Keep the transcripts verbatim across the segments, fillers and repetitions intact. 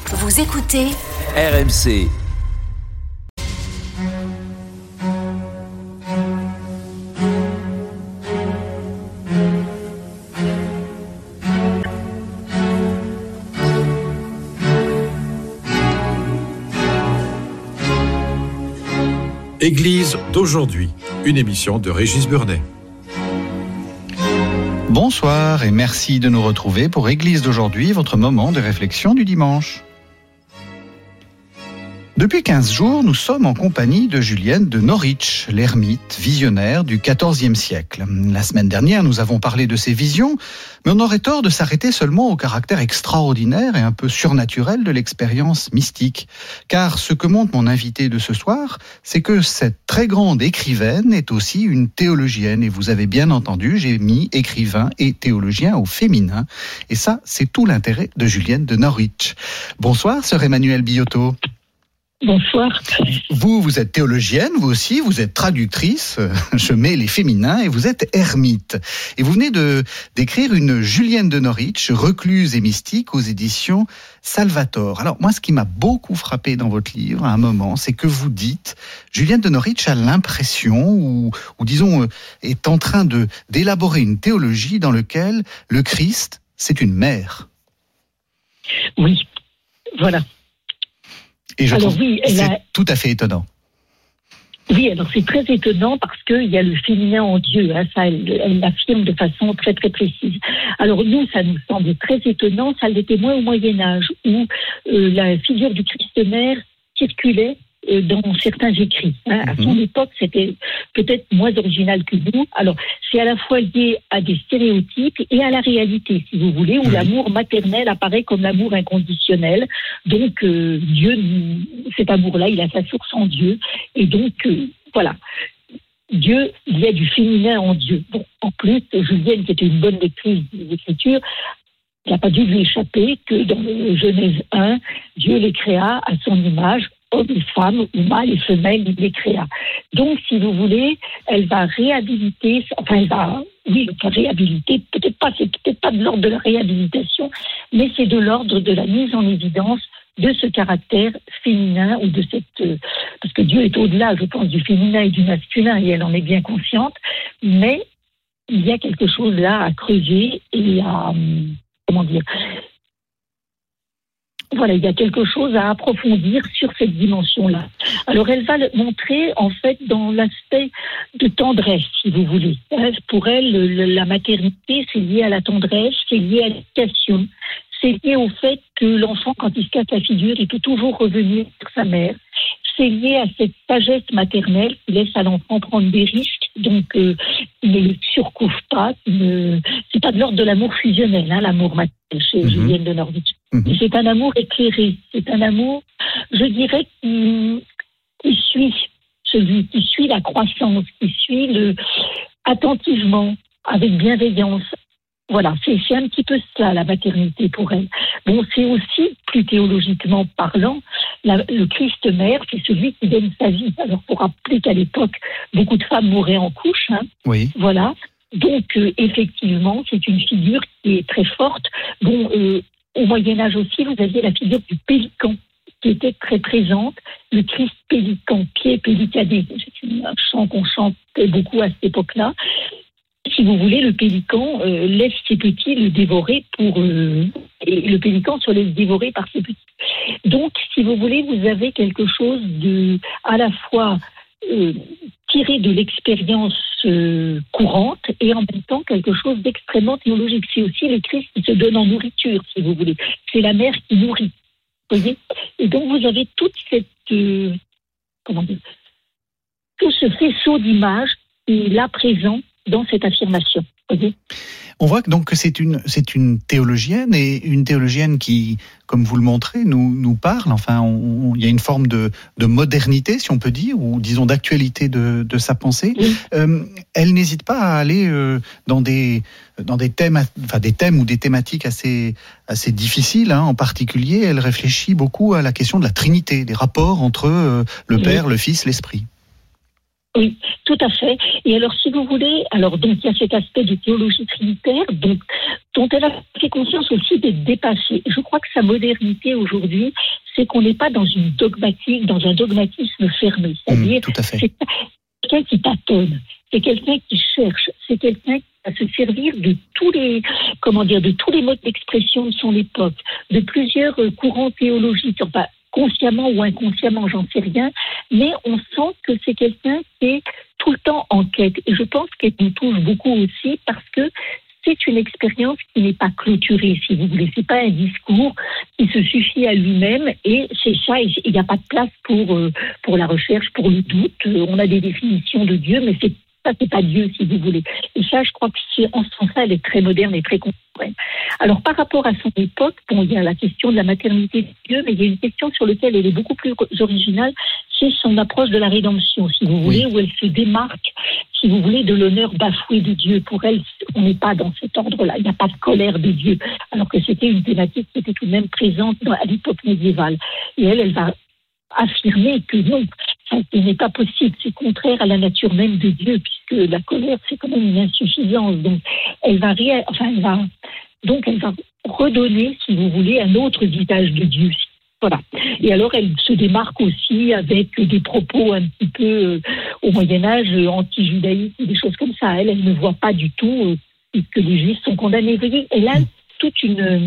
Vous écoutez R M C. Église d'aujourd'hui, une émission de Régis Burnet. Bonsoir et merci de nous retrouver pour Église d'aujourd'hui, votre moment de réflexion du dimanche. Depuis quinze jours, nous sommes en compagnie de Julienne de Norwich, l'ermite visionnaire du quatorzième siècle. La semaine dernière, nous avons parlé de ses visions, mais on aurait tort de s'arrêter seulement au caractère extraordinaire et un peu surnaturel de l'expérience mystique. Car ce que montre mon invité de ce soir, c'est que cette très grande écrivaine est aussi une théologienne. Et vous avez bien entendu, j'ai mis écrivain et théologien au féminin. Et ça, c'est tout l'intérêt de Julienne de Norwich. Bonsoir, sœur Emmanuelle Billotto. Bonsoir. Vous, vous êtes théologienne, vous aussi, vous êtes traductrice, je mets les féminins, et vous êtes ermite. Et vous venez de d'écrire une Julienne de Norwich, recluse et mystique, aux éditions Salvator. Alors, moi, ce qui m'a beaucoup frappé dans votre livre, à un moment, c'est que vous dites, Julienne de Norwich a l'impression, ou, ou disons, est en train de d'élaborer une théologie dans laquelle le Christ, c'est une mère. Oui, voilà. Et je alors trouve oui, que c'est a... tout à fait étonnant. Oui, alors c'est très étonnant parce qu'il y a le féminin en Dieu, hein, ça elle, elle l'affirme de façon très très précise. Alors nous, ça nous semble très étonnant, ça l'était moins au Moyen-Âge, où euh, la figure du Christ-Mère circulait euh, dans certains écrits. Hein. Mm-hmm. À son époque, c'était peut-être moins original que nous. Alors, c'est à la fois lié à des stéréotypes et à la réalité, si vous voulez, où mmh. l'amour maternel apparaît comme l'amour inconditionnel. Donc, euh, Dieu, cet amour-là, il a sa source en Dieu. Et donc, euh, voilà. Dieu, il y a du féminin en Dieu. Bon, en plus, Julienne, qui était une bonne lectrice des Écritures, il n'a pas dû lui échapper que dans le Genèse un, Dieu les créa à son image, hommes et femmes, ou mâles et femelles, il les créa. Donc, si vous voulez, elle va réhabiliter, enfin, elle va, oui, enfin, réhabiliter, peut-être pas, c'est peut-être pas de l'ordre de la réhabilitation, mais c'est de l'ordre de la mise en évidence de ce caractère féminin, ou de cette, euh, parce que Dieu est au-delà, je pense, du féminin et du masculin, et elle en est bien consciente, mais il y a quelque chose là à creuser et à, comment dire, voilà, il y a quelque chose à approfondir sur cette dimension-là. Alors, elle va le montrer, en fait, dans l'aspect de tendresse, si vous voulez. Pour elle, la maternité, c'est lié à la tendresse, c'est lié à l'éducation, c'est lié au fait que l'enfant, quand il se casse la figure, il peut toujours revenir sur sa mère. C'est lié à cette sagesse maternelle qui laisse à l'enfant prendre des risques, donc euh, il ne le surcouvre pas. Ne... C'est pas de l'ordre de l'amour fusionnel, hein, l'amour maternel chez mm-hmm. Julienne de Norwich. Mm-hmm. C'est un amour éclairé, c'est un amour, je dirais, qui, qui suit celui, qui suit la croissance, qui suit le attentivement, avec bienveillance. Voilà, c'est, c'est un petit peu ça, la maternité pour elle. Bon, c'est aussi, plus théologiquement parlant, la, le Christ-Mère, c'est celui qui donne sa vie. Alors, pour rappeler qu'à l'époque, beaucoup de femmes mouraient en couche, hein. Oui. Voilà. Donc, euh, effectivement, c'est une figure qui est très forte. Bon, euh, au Moyen-Âge aussi, vous aviez la figure du pélican, qui était très présente. Le Christ pélican, pied pélicadé. C'est un chant qu'on chantait beaucoup à cette époque-là. Si vous voulez, le pélican euh, laisse ses petits le dévorer pour... Euh, et le pélican se laisse dévorer par ses petits. Donc, si vous voulez, vous avez quelque chose de, à la fois euh, tiré de l'expérience euh, courante et en même temps quelque chose d'extrêmement théologique. C'est aussi le Christ qui se donne en nourriture, si vous voulez. C'est la mère qui nourrit. Vous voyez ? Et donc, vous avez toute cette... Euh, comment dire ? Tout ce faisceau d'images qui est là présent dans cette affirmation. Okay. On voit donc que c'est une, c'est une théologienne, et une théologienne qui, comme vous le montrez, nous, nous parle. Enfin, on, on, il y a une forme de, de modernité, si on peut dire, ou disons d'actualité de, de sa pensée. Oui. Euh, elle n'hésite pas à aller euh, dans des, dans des thèmes, enfin des thèmes ou des thématiques assez, assez difficiles. Hein. En particulier, elle réfléchit beaucoup à la question de la Trinité, des rapports entre euh, le Père, oui. le Fils, l'Esprit. Oui, tout à fait. Et alors, si vous voulez, alors donc il y a cet aspect de théologie trinitaire, donc dont elle a fait conscience aussi d'être dépassée. Je crois que sa modernité aujourd'hui, c'est qu'on n'est pas dans une dogmatique, dans un dogmatisme fermé. C'est-à-dire, mmh, tout à fait. c'est quelqu'un qui tâtonne, c'est quelqu'un qui cherche, c'est quelqu'un qui va se servir de tous les, comment dire, de tous les modes d'expression de son époque, de plusieurs courants théologiques. Enfin, consciemment ou inconsciemment, j'en sais rien, mais on sent que c'est quelqu'un qui est tout le temps en quête. Et je pense qu'elle nous touche beaucoup aussi parce que c'est une expérience qui n'est pas clôturée, si vous voulez. C'est pas un discours qui se suffit à lui-même et c'est ça, il n'y a pas de place pour, euh, pour la recherche, pour le doute. On a des définitions de Dieu, mais c'est ça, c'est pas Dieu, si vous voulez. Et ça, je crois que c'est, en ce sens-là, elle est très moderne et très contemporaine. Alors, par rapport à son époque, bon, il y a la question de la maternité de Dieu, mais il y a une question sur laquelle elle est beaucoup plus originale, c'est son approche de la rédemption, si vous voulez, oui. Où elle se démarque, si vous voulez, de l'honneur bafoué de Dieu. Pour elle, on n'est pas dans cet ordre-là, il n'y a pas de colère de Dieu, alors que c'était une thématique qui était tout de même présente à l'époque médiévale. Et elle, elle va affirmer que non, ça n'est pas possible, c'est contraire à la nature même de Dieu, puisque la colère, c'est quand même une insuffisance. Donc, elle va, ré... enfin, elle va... Donc, elle va redonner, si vous voulez, un autre visage de Dieu. Voilà. Et alors, elle se démarque aussi avec des propos un petit peu, euh, au Moyen-Âge, anti-judaïsme, des choses comme ça. Elle, elle ne voit pas du tout euh, que les Juifs sont condamnés. Vous voyez, elle a toute une... Euh,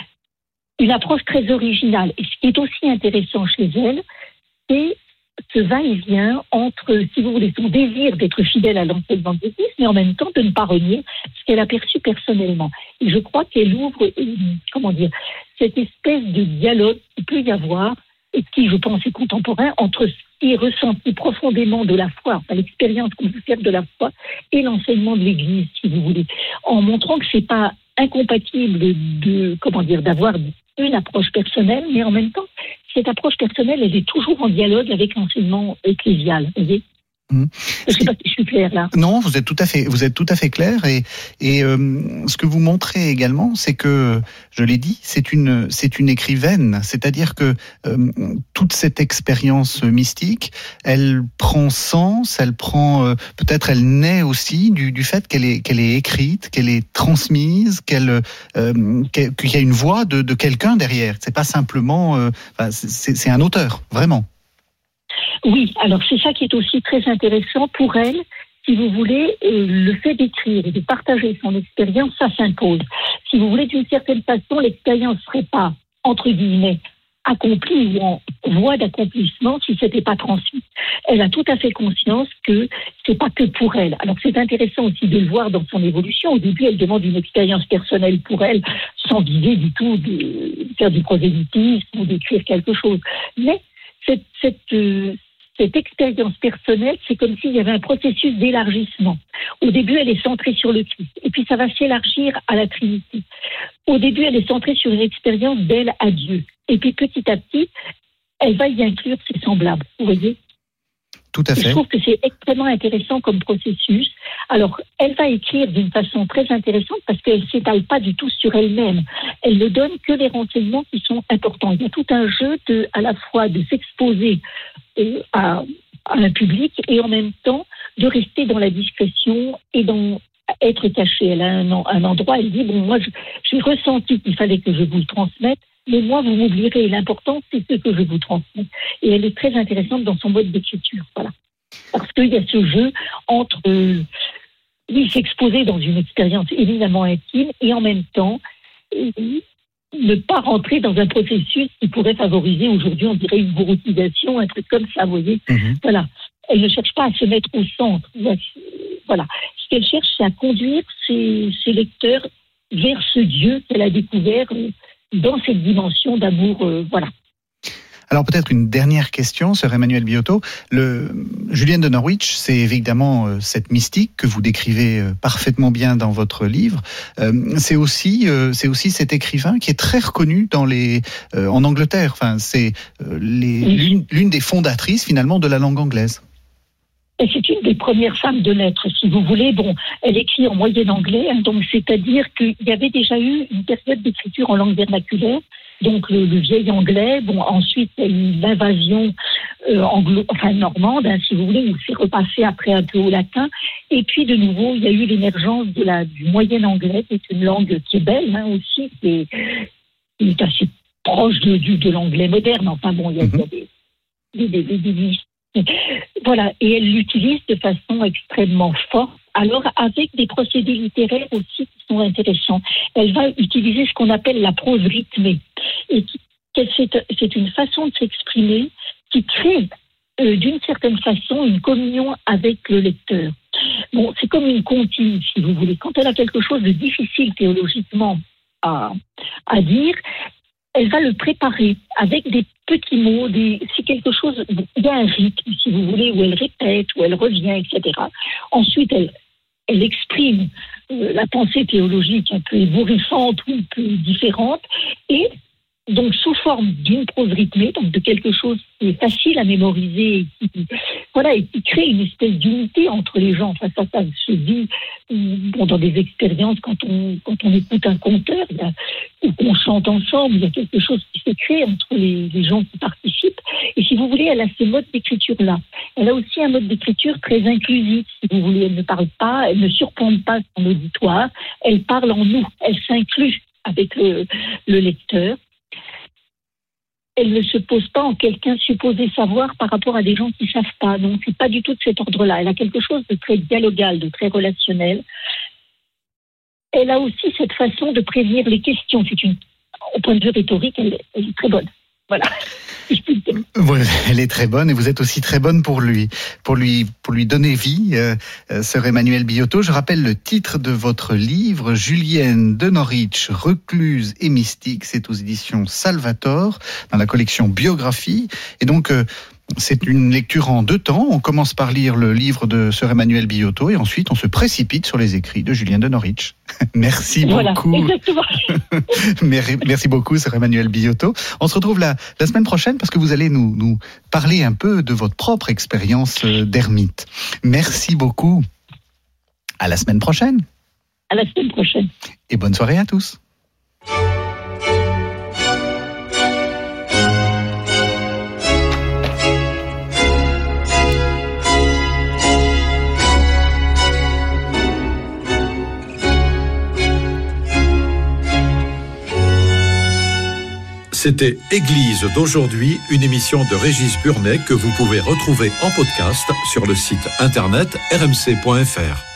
une approche très originale. Et ce qui est aussi intéressant chez elle, c'est ce va-et-vient entre, si vous voulez, son désir d'être fidèle à l'enseignement de l'Église, mais en même temps de ne pas renier ce qu'elle a perçu personnellement. Et je crois qu'elle ouvre, une, comment dire, cette espèce de dialogue qu'il peut y avoir, et qui, je pense, est contemporain, entre ce qui est ressenti profondément de la foi, enfin, l'expérience qu'on peut faire de la foi, et l'enseignement de l'Église, si vous voulez, en montrant que c'est pas incompatible de, comment dire, d'avoir une approche personnelle, mais en même temps, cette approche personnelle, elle est toujours en dialogue avec l'enseignement ecclésial, vous voyez. Mmh. Je ne sais pas si je suis claire là. Non, vous êtes tout à fait, vous êtes tout à fait clair et et euh, ce que vous montrez également, c'est que, je l'ai dit, c'est une c'est une écrivaine, c'est-à-dire que euh, toute cette expérience mystique, elle prend sens, elle prend euh, peut-être elle naît aussi du du fait qu'elle est qu'elle est écrite, qu'elle est transmise, qu'elle euh, qu'il y a une voix de de quelqu'un derrière. C'est pas simplement, euh, enfin, c'est c'est un auteur, vraiment. Oui, alors c'est ça qui est aussi très intéressant pour elle. Si vous voulez, euh, le fait d'écrire et de partager son expérience, ça s'impose. Si vous voulez, d'une certaine façon, l'expérience ne serait pas, entre guillemets, accomplie ou en voie d'accomplissement si ce n'était pas transmis. Elle a tout à fait conscience que c'est pas que pour elle. Alors c'est intéressant aussi de le voir dans son évolution. Au début, elle demande une expérience personnelle pour elle, sans viser du tout de faire du prosélytisme ou d'écrire quelque chose. Mais cette, cette, euh, cette expérience personnelle, c'est comme s'il y avait un processus d'élargissement. Au début, elle est centrée sur le Christ, et puis ça va s'élargir à la Trinité. Au début, elle est centrée sur une expérience d'elle à Dieu, et puis petit à petit, elle va y inclure ses semblables, vous voyez ? Tout à fait. Je trouve que c'est extrêmement intéressant comme processus. Alors, elle va écrire d'une façon très intéressante parce qu'elle ne s'étale pas du tout sur elle-même. Elle ne donne que les renseignements qui sont importants. Il y a tout un jeu de, à la fois de s'exposer euh, à, à un public et en même temps de rester dans la discrétion et dans être cachée. Elle a un, un endroit, elle dit, bon, moi, je, j'ai ressenti qu'il fallait que je vous le transmette, mais moi, vous m'oublierez. L'important, c'est ce que je vous transmets. Et elle est très intéressante dans son mode d'écriture. Voilà. Parce qu'il y a ce jeu entre euh, oui, s'exposer dans une expérience évidemment intime et en même temps euh, ne pas rentrer dans un processus qui pourrait favoriser aujourd'hui, on dirait, une gouroutisation, un truc comme ça, vous voyez. Mm-hmm. Voilà. Elle ne cherche pas à se mettre au centre. Voilà. Ce qu'elle cherche, c'est à conduire ses, ses lecteurs vers ce Dieu qu'elle a découvert euh, dans cette dimension d'amour, euh, voilà. Alors peut-être une dernière question, sœur Emmanuelle Biotto. Le Julienne de Norwich, c'est évidemment euh, cette mystique que vous décrivez euh, parfaitement bien dans votre livre. Euh, c'est aussi, euh, c'est aussi cet écrivain qui est très reconnu dans les, euh, en Angleterre. Enfin, c'est euh, les, oui. l'une, l'une des fondatrices finalement de la langue anglaise. Et c'est une des premières femmes de lettres, si vous voulez. Bon, elle écrit en moyen anglais, hein, donc c'est-à-dire qu'il y avait déjà eu une période d'écriture en langue vernaculaire, donc le, le vieil anglais. Bon, ensuite il y a eu l'invasion euh, anglo, enfin normande, hein, si vous voulez, où c'est repassé après un peu au latin. Et puis de nouveau, il y a eu l'émergence de la du moyen anglais, qui est une langue qui est belle, hein, aussi, qui est, qui est assez proche de, de, de l'anglais moderne. Enfin bon, il y a, mm-hmm. il y a des, des, des, des, des voilà, et elle l'utilise de façon extrêmement forte. Alors, avec des procédés littéraires aussi qui sont intéressants. Elle va utiliser ce qu'on appelle la prose rythmée. Et qui, c'est, c'est une façon de s'exprimer qui crée, euh, d'une certaine façon, une communion avec le lecteur. Bon, c'est comme une comptine, si vous voulez. Quand elle a quelque chose de difficile théologiquement à, à dire, elle va le préparer avec des petits mots, des, c'est quelque chose, il y a un rythme, si vous voulez, où elle répète, où elle revient, et cetera. Ensuite, elle, elle exprime euh, la pensée théologique un peu ébouriffante ou un peu différente, et donc sous forme d'une prose rythmée, donc de quelque chose qui est facile à mémoriser, et qui, voilà, et qui crée une espèce d'unité entre les gens. Enfin, ça, ça se vit bon, dans des expériences quand on, quand on écoute un conteur, il y a, ou qu'on chante ensemble, il y a quelque chose qui se crée entre les, les gens qui participent. Et si vous voulez, elle a ce mode d'écriture-là. Elle a aussi un mode d'écriture très inclusif, si vous voulez. Elle ne parle pas, elle ne surplombe pas son auditoire, elle parle en nous, elle s'inclut avec le, le lecteur. Elle ne se pose pas en quelqu'un supposé savoir par rapport à des gens qui ne savent pas. Donc, c'est pas du tout de cet ordre-là. Elle a quelque chose de très dialogal, de très relationnel. Elle a aussi cette façon de prévenir les questions. C'est une, au point de vue rhétorique, elle, elle est très bonne. Voilà. Ouais, elle est très bonne et vous êtes aussi très bonne pour lui, pour lui, pour lui donner vie, euh, euh, sœur Emmanuelle Biotto. Je rappelle le titre de votre livre, Julienne de Norwich, recluse et mystique. C'est aux éditions Salvator, dans la collection Biographie. Et donc, euh, c'est une lecture en deux temps. On commence par lire le livre de sœur Emmanuelle Biotto et ensuite on se précipite sur les écrits de Julienne de Norwich. Merci voilà, beaucoup. Exactement. Merci beaucoup, sœur Emmanuelle Biotto. On se retrouve la, la semaine prochaine parce que vous allez nous, nous parler un peu de votre propre expérience d'ermite. Merci beaucoup. À la semaine prochaine. À la semaine prochaine. Et bonne soirée à tous. C'était Église d'aujourd'hui, une émission de Régis Burnet que vous pouvez retrouver en podcast sur le site internet r m c point f r.